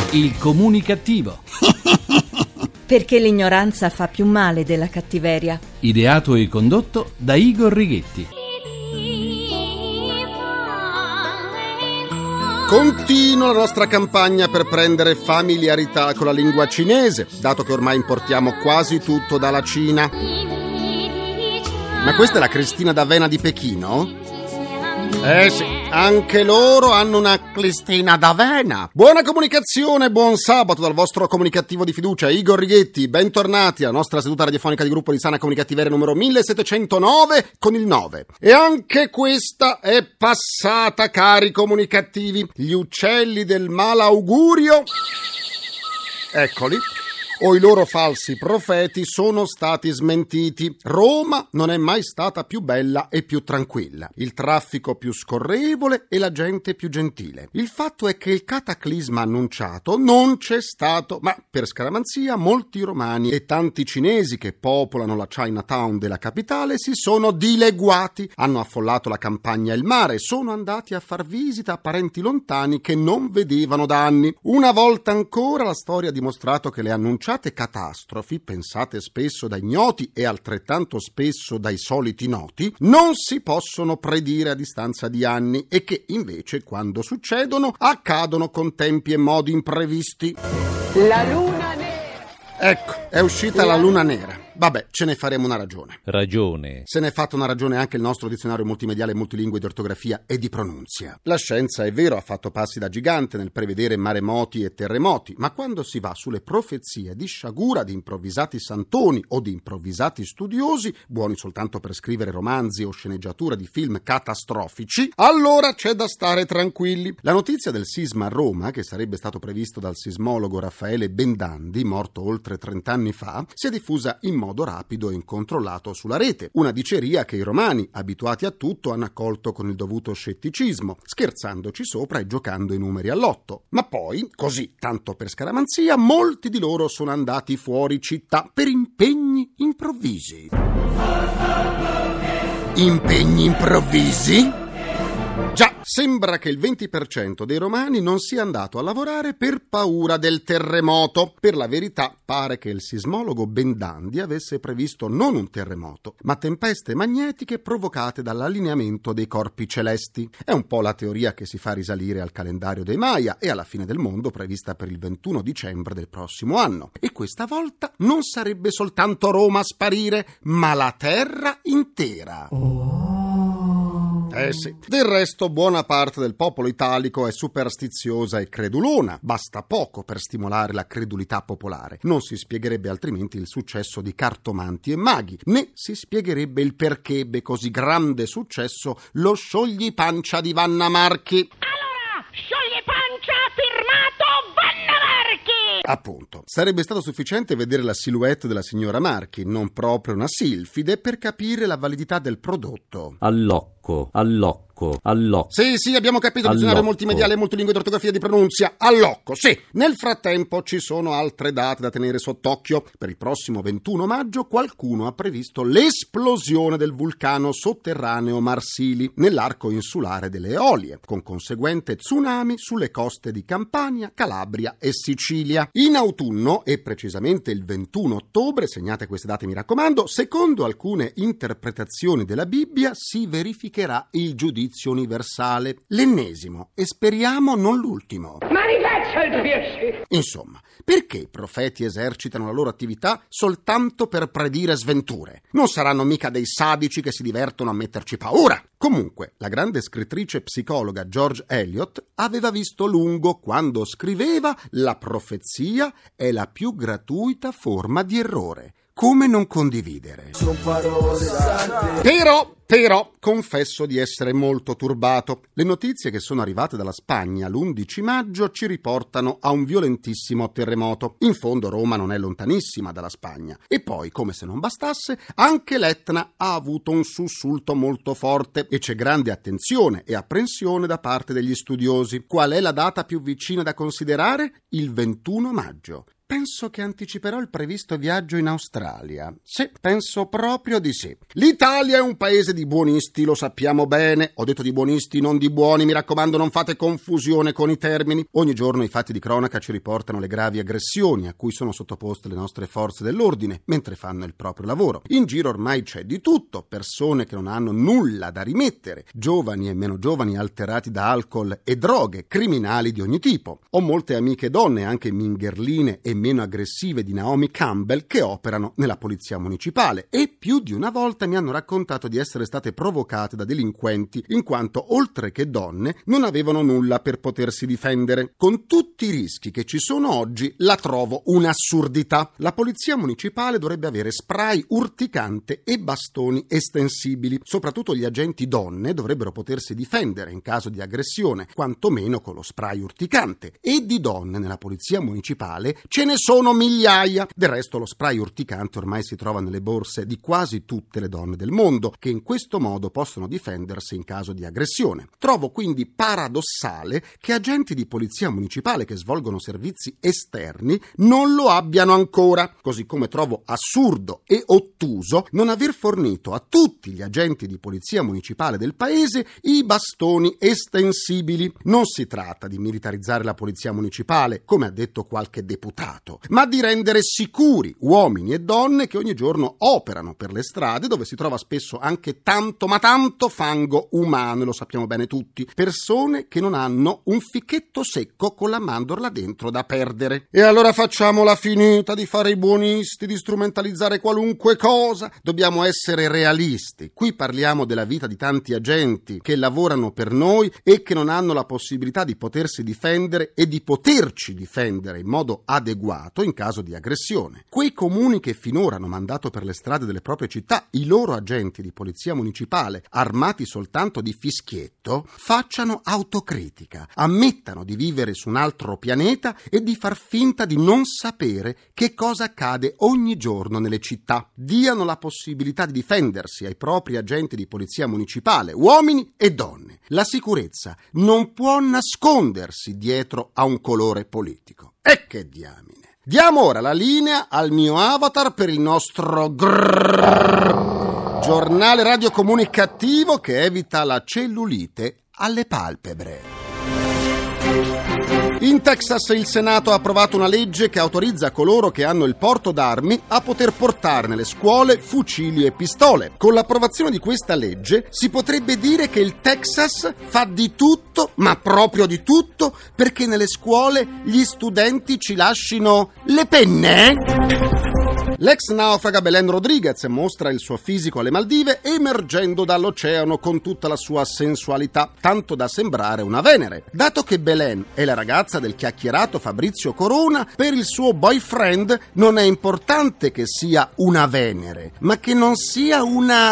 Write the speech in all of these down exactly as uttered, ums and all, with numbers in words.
Il comunicativo. Perché l'ignoranza fa più male della cattiveria. Ideato e condotto da Igor Righetti. Continua la nostra campagna per prendere familiarità con la lingua cinese, dato che ormai importiamo quasi tutto dalla Cina. Ma questa è la Cristina d'Avena di Pechino? Eh sì, anche loro hanno una Cristina d'Avena. Buona comunicazione, buon sabato dal vostro comunicativo di fiducia, Igor Righetti. Bentornati alla nostra seduta radiofonica di gruppo di sana comunicattiveria numero millesettecentonove con il nove. E anche questa è passata, cari comunicativi. Gli uccelli del malaugurio, eccoli, o i loro falsi profeti sono stati smentiti. Roma non è mai stata più bella e più tranquilla, il traffico più scorrevole e la gente più gentile. Il fatto è che il cataclisma annunciato non c'è stato, ma per scaramanzia molti romani e tanti cinesi che popolano la Chinatown della capitale si sono dileguati, hanno affollato la campagna e il mare, sono andati a far visita a parenti lontani che non vedevano da anni. Una volta ancora la storia ha dimostrato che le annunciate catastrofi, pensate spesso da ignoti e altrettanto spesso dai soliti noti, non si possono predire a distanza di anni e che invece quando succedono accadono con tempi e modi imprevisti. La luna nera. Ecco, è uscita la luna nera. Vabbè, ce ne faremo una ragione. Ragione. Se ne è fatta una ragione anche il nostro dizionario multimediale multilingue di ortografia e di pronunzia. La scienza, è vero, ha fatto passi da gigante nel prevedere maremoti e terremoti, ma quando si va sulle profezie di sciagura di improvvisati santoni o di improvvisati studiosi, buoni soltanto per scrivere romanzi o sceneggiatura di film catastrofici, allora c'è da stare tranquilli. La notizia del sisma a Roma, che sarebbe stato previsto dal sismologo Raffaele Bendandi, morto oltre trent'anni fa, si è diffusa in modo modo rapido e incontrollato sulla rete. Una diceria che i romani, abituati a tutto, hanno accolto con il dovuto scetticismo, scherzandoci sopra e giocando i numeri all'otto. Ma poi, così, tanto per scaramanzia, molti di loro sono andati fuori città per impegni improvvisi. Impegni improvvisi? Già, sembra che il venti per cento dei romani non sia andato a lavorare per paura del terremoto. Per la verità, pare che il sismologo Bendandi avesse previsto non un terremoto, ma tempeste magnetiche provocate dall'allineamento dei corpi celesti. È un po' la teoria che si fa risalire al calendario dei Maya e alla fine del mondo prevista per il ventuno dicembre del prossimo anno. E questa volta non sarebbe soltanto Roma a sparire, ma la terra intera. Eh sì. Del resto buona parte del popolo italico è superstiziosa e credulona. Basta poco per stimolare la credulità popolare. Non si spiegherebbe altrimenti il successo di cartomanti e maghi, né si spiegherebbe il perché ebbe così grande successo lo scioglipancia di Vanna Marchi. Allora, scioglipancia firmato Vanna Marchi! Appunto, sarebbe stato sufficiente vedere la silhouette della signora Marchi, non proprio una silfide, per capire la validità del prodotto. Allocco, allocco, allocco. Sì, sì, abbiamo capito, dizionario multimediale e multilingue di ortografia di pronunzia. Allocco, sì. Nel frattempo ci sono altre date da tenere sott'occhio. Per il prossimo ventuno maggio qualcuno ha previsto l'esplosione del vulcano sotterraneo Marsili nell'arco insulare delle Eolie, con conseguente tsunami sulle coste di Campania, Calabria e Sicilia. In autunno, e precisamente il ventuno ottobre, segnate queste date mi raccomando, secondo alcune interpretazioni della Bibbia si verificherà il giudizio universale, l'ennesimo, e speriamo non l'ultimo. Ma rifaccia il piacere! Insomma, perché i profeti esercitano la loro attività soltanto per predire sventure? Non saranno mica dei sadici che si divertono a metterci paura? Comunque, la grande scrittrice psicologa George Eliot aveva visto lungo quando scriveva: la profezia è la più gratuita forma di errore. Come non condividere? Però, però, confesso di essere molto turbato. Le notizie che sono arrivate dalla Spagna l'undici maggio ci riportano a un violentissimo terremoto. In fondo Roma non è lontanissima dalla Spagna. E poi, come se non bastasse, anche l'Etna ha avuto un sussulto molto forte e c'è grande attenzione e apprensione da parte degli studiosi. Qual è la data più vicina da considerare? Il ventuno maggio. penso che anticiperò il previsto viaggio in Australia. Sì, penso proprio di sì. L'Italia è un paese di buonisti, lo sappiamo bene. Ho detto di buonisti, non di buoni, mi raccomando, non fate confusione con i termini. Ogni giorno i fatti di cronaca ci riportano le gravi aggressioni a cui sono sottoposte le nostre forze dell'ordine mentre fanno il proprio lavoro. In giro ormai c'è di tutto, persone che non hanno nulla da rimettere, giovani e meno giovani alterati da alcol e droghe, criminali di ogni tipo. Ho molte amiche donne, anche mingherline e meno aggressive di Naomi Campbell, che operano nella polizia municipale e più di una volta mi hanno raccontato di essere state provocate da delinquenti in quanto, oltre che donne, non avevano nulla per potersi difendere. Con tutti i rischi che ci sono oggi, la trovo un'assurdità. La polizia municipale dovrebbe avere spray urticante e bastoni estensibili. Soprattutto gli agenti donne dovrebbero potersi difendere in caso di aggressione, quantomeno con lo spray urticante. E di donne nella polizia municipale ce ne sono migliaia. Del resto lo spray urticante ormai si trova nelle borse di quasi tutte le donne del mondo, che in questo modo possono difendersi in caso di aggressione. Trovo quindi paradossale che agenti di polizia municipale che svolgono servizi esterni non lo abbiano ancora, così come trovo assurdo e ottuso non aver fornito a tutti gli agenti di polizia municipale del paese i bastoni estensibili. Non si tratta di militarizzare la polizia municipale, come ha detto qualche deputato, ma di rendere sicuri uomini e donne che ogni giorno operano per le strade, dove si trova spesso anche tanto ma tanto fango umano, lo sappiamo bene tutti, persone che non hanno un ficchetto secco con la mandorla dentro da perdere. E allora facciamola finita di fare i buonisti, di strumentalizzare qualunque cosa. Dobbiamo essere realisti. Qui parliamo della vita di tanti agenti che lavorano per noi e che non hanno la possibilità di potersi difendere e di poterci difendere in modo adeguato in caso di aggressione. Quei comuni che finora hanno mandato per le strade delle proprie città i loro agenti di polizia municipale armati soltanto di fischietto facciano autocritica, ammettano di vivere su un altro pianeta e di far finta di non sapere che cosa accade ogni giorno nelle città. Diano la possibilità di difendersi ai propri agenti di polizia municipale, uomini e donne. La sicurezza non può nascondersi dietro a un colore politico. E che diamine! Diamo ora la linea al mio avatar per il nostro grrrr, giornale radio comunicativo che evita la cellulite alle palpebre. In Texas il Senato ha approvato una legge che autorizza coloro che hanno il porto d'armi a poter portare nelle scuole fucili e pistole. Con l'approvazione di questa legge si potrebbe dire che il Texas fa di tutto, ma proprio di tutto, perché nelle scuole gli studenti ci lascino le penne. L'ex naufraga Belen Rodriguez mostra il suo fisico alle Maldive emergendo dall'oceano con tutta la sua sensualità, tanto da sembrare una Venere. Dato che Belen è la ragazza del chiacchierato Fabrizio Corona, per il suo boyfriend non è importante che sia una Venere, ma che non sia una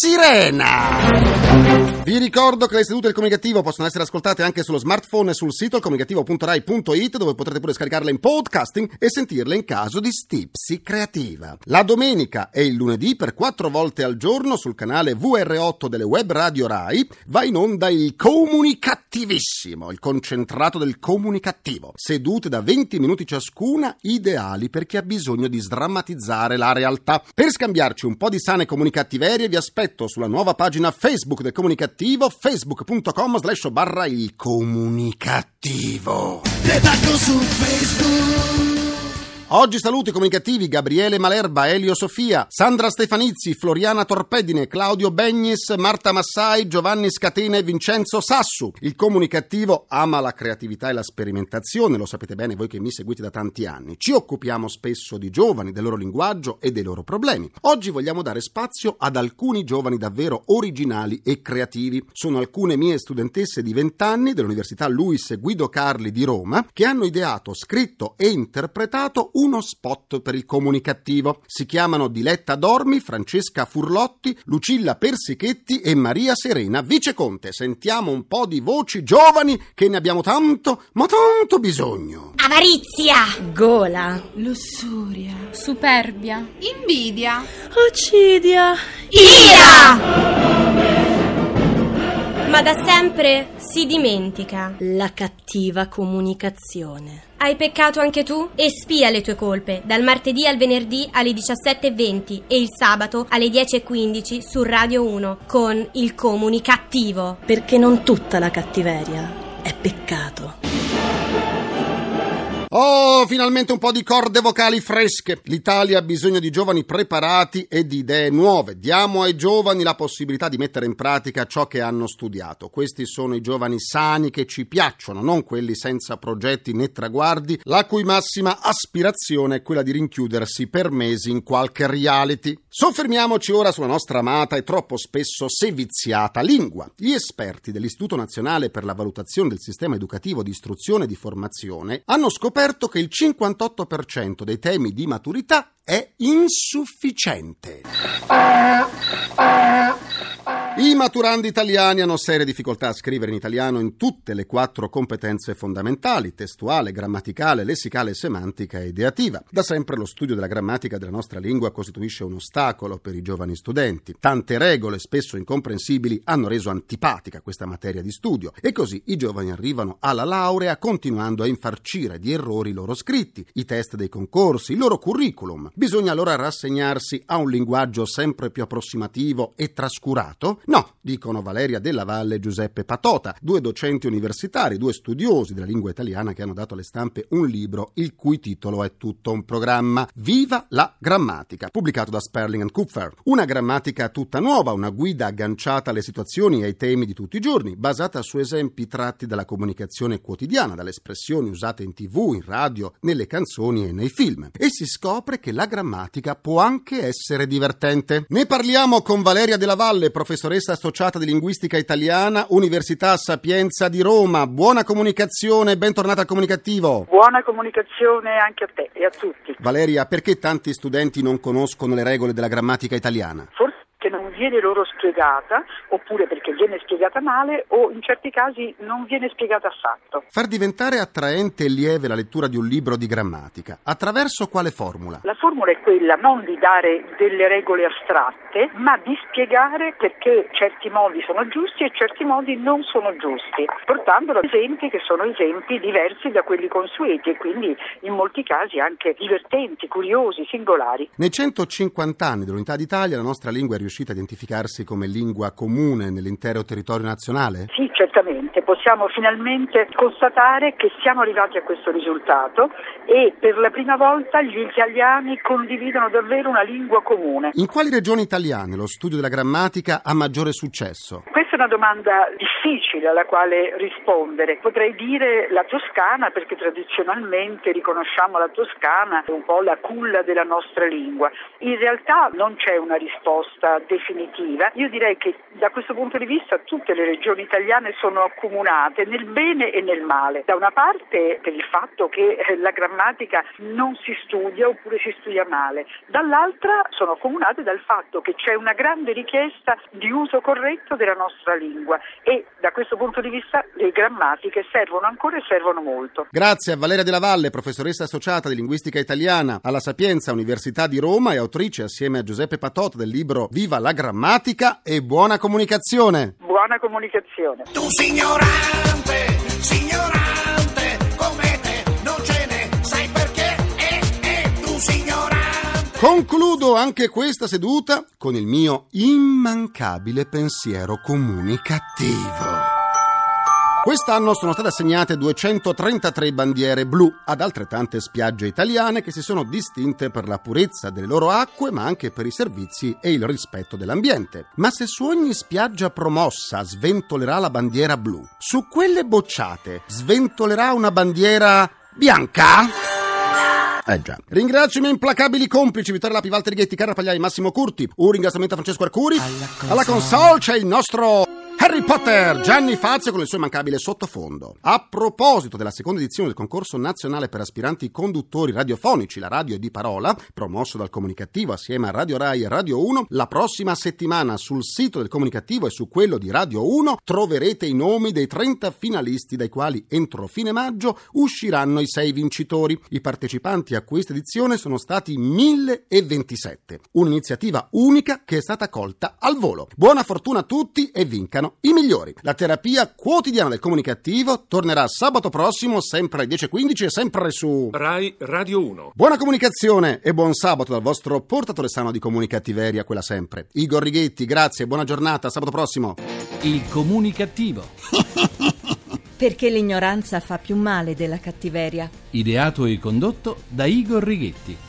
sirena. Vi ricordo che le sedute del Comunicativo possono essere ascoltate anche sullo smartphone e sul sito il comunicativo punto rai punto it, dove potrete pure scaricarle in podcasting e sentirle in caso di stipsi creativa. La domenica e il lunedì, per quattro volte al giorno, sul canale V R otto delle web radio Rai, va in onda il Comunicativissimo, il concentrato del comunicativo. Sedute da venti minuti ciascuna, ideali per chi ha bisogno di sdrammatizzare la realtà. Per scambiarci un po' di sane comunicattiverie vi aspetto sulla nuova pagina Facebook del Comunicativo, facebook punto com slash barra il comunicativo. Te taggo su Facebook. Oggi saluto i comunicativi Gabriele Malerba, Elio Sofia, Sandra Stefanizzi, Floriana Torpedine, Claudio Begnis, Marta Massai, Giovanni Scatena e Vincenzo Sassu. Il comunicativo ama la creatività e la sperimentazione, lo sapete bene voi che mi seguite da tanti anni. Ci occupiamo spesso di giovani, del loro linguaggio e dei loro problemi. Oggi vogliamo dare spazio ad alcuni giovani davvero originali e creativi. Sono alcune mie studentesse di venti anni dell'Università Luis Guido Carli di Roma che hanno ideato, scritto e interpretato uno spot per il comunicativo. Si chiamano Diletta Dormi, Francesca Furlotti, Lucilla Persichetti e Maria Serena Viceconte. Sentiamo un po' di voci giovani che ne abbiamo tanto, ma tanto bisogno. Avarizia, gola, lussuria, superbia, invidia, occidia, ira. ma da sempre si dimentica. La cattiva comunicazione. Hai peccato anche tu? Espia le tue colpe dal martedì al venerdì alle diciassette e venti e il sabato alle dieci e quindici su Radio uno con Il Comunicattivo. Perché non tutta la cattiveria è peccato. Oh, finalmente un po' di corde vocali fresche. L'Italia ha bisogno di giovani preparati e di idee nuove. Diamo ai giovani la possibilità di mettere in pratica ciò che hanno studiato. Questi sono i giovani sani che ci piacciono, non quelli senza progetti né traguardi, la cui massima aspirazione è quella di rinchiudersi per mesi in qualche reality. Soffermiamoci ora sulla nostra amata e troppo spesso seviziata lingua. Gli esperti dell'Istituto Nazionale per la Valutazione del Sistema Educativo di Istruzione e di Formazione hanno scoperto che il cinquantotto per cento dei temi di maturità è insufficiente. I maturandi italiani hanno serie difficoltà a scrivere in italiano in tutte le quattro competenze fondamentali: testuale, grammaticale, lessicale, semantica e ideativa. Da sempre lo studio della grammatica della nostra lingua costituisce un ostacolo per i giovani studenti. Tante regole, spesso incomprensibili, hanno reso antipatica questa materia di studio e così i giovani arrivano alla laurea continuando a infarcire di errori i loro scritti, i test dei concorsi, il loro curriculum. Bisogna allora rassegnarsi a un linguaggio sempre più approssimativo e trascurato? No, dicono Valeria Della Valle e Giuseppe Patota, due docenti universitari, due studiosi della lingua italiana che hanno dato alle stampe un libro il cui titolo è tutto un programma: Viva la grammatica, pubblicato da Sperling and Kupfer. Una grammatica tutta nuova, una guida agganciata alle situazioni e ai temi di tutti i giorni, basata su esempi tratti dalla comunicazione quotidiana, dalle espressioni usate in tv, in radio, nelle canzoni e nei film. E si scopre che la grammatica può anche essere divertente. Ne parliamo con Valeria Della Valle, professoressa associata di linguistica italiana, Università Sapienza di Roma. Buona comunicazione, bentornata al Comunicattivo. Buona comunicazione anche a te e a tutti. Valeria, perché tanti studenti non conoscono le regole della grammatica italiana? Forse che non viene loro spiegata, oppure perché viene spiegata male, o in certi casi non viene spiegata affatto. Far diventare attraente e lieve la lettura di un libro di grammatica, attraverso quale formula? La formula è quella non di dare delle regole astratte, ma di spiegare perché certi modi sono giusti e certi modi non sono giusti, portando esempi che sono esempi diversi da quelli consueti e quindi in molti casi anche divertenti, curiosi, singolari. Nei centocinquanta anni dell'Unità d'Italia la nostra lingua è riuscita a identificarsi come lingua comune nell'intero territorio nazionale? Sì, certamente. Possiamo finalmente constatare che siamo arrivati a questo risultato e per la prima volta gli italiani condividono davvero una lingua comune. In quali regioni italiane lo studio della grammatica ha maggiore successo? Questa è una domanda difficile alla quale rispondere. Potrei dire la Toscana, perché tradizionalmente riconosciamo la Toscana un po' la culla della nostra lingua. In realtà non c'è una risposta definitiva. Io direi che da questo punto di vista tutte le regioni italiane sono accomunate nel bene e nel male. Da una parte per il fatto che la grammatica non si studia oppure si studia male, dall'altra sono accomunate dal fatto che c'è una grande richiesta di uso corretto della nostra lingua e da questo punto di vista le grammatiche servono ancora e servono molto. Grazie a Valeria Della Valle, professoressa associata di linguistica italiana alla Sapienza Università di Roma e autrice assieme a Giuseppe Patota del libro Viva la grammatica, e buona comunicazione. Buona comunicazione. Tu signorante, signorante, come te non ce ne sai perché, eh, eh, tu signorante. Concludo anche questa seduta con il mio immancabile pensiero comunicativo. Quest'anno sono state assegnate duecentotrentatré bandiere blu ad altrettante spiagge italiane che si sono distinte per la purezza delle loro acque, ma anche per i servizi e il rispetto dell'ambiente. Ma se su ogni spiaggia promossa sventolerà la bandiera blu, su quelle bocciate sventolerà una bandiera bianca? Eh già. Ringrazio i miei implacabili complici Vittorio Lapi, Walter Righetti, Carla Pagliai, Massimo Curti. Un ringraziamento a Francesco Arcuri. Alla console c'è il nostro Harry Potter, Gianni Fazio, con il suo immancabile sottofondo. A proposito della seconda edizione del concorso nazionale per aspiranti conduttori radiofonici, la radio è di parola, promosso dal Comunicativo assieme a Radio Rai e Radio uno, la prossima settimana sul sito del Comunicativo e su quello di Radio uno troverete i nomi dei trenta finalisti, dai quali entro fine maggio usciranno i sei vincitori. I partecipanti a questa edizione sono stati mille ventisette, un'iniziativa unica che è stata colta al volo. Buona fortuna a tutti e vincano i migliori. La terapia quotidiana del comunicativo tornerà sabato prossimo, sempre alle dieci e quindici e sempre su Rai Radio uno. Buona comunicazione e buon sabato dal vostro portatore sano di comunicattiveria, quella sempre. Igor Righetti, grazie e buona giornata, sabato prossimo. Il comunicativo. Perché l'ignoranza fa più male della cattiveria. Ideato e condotto da Igor Righetti.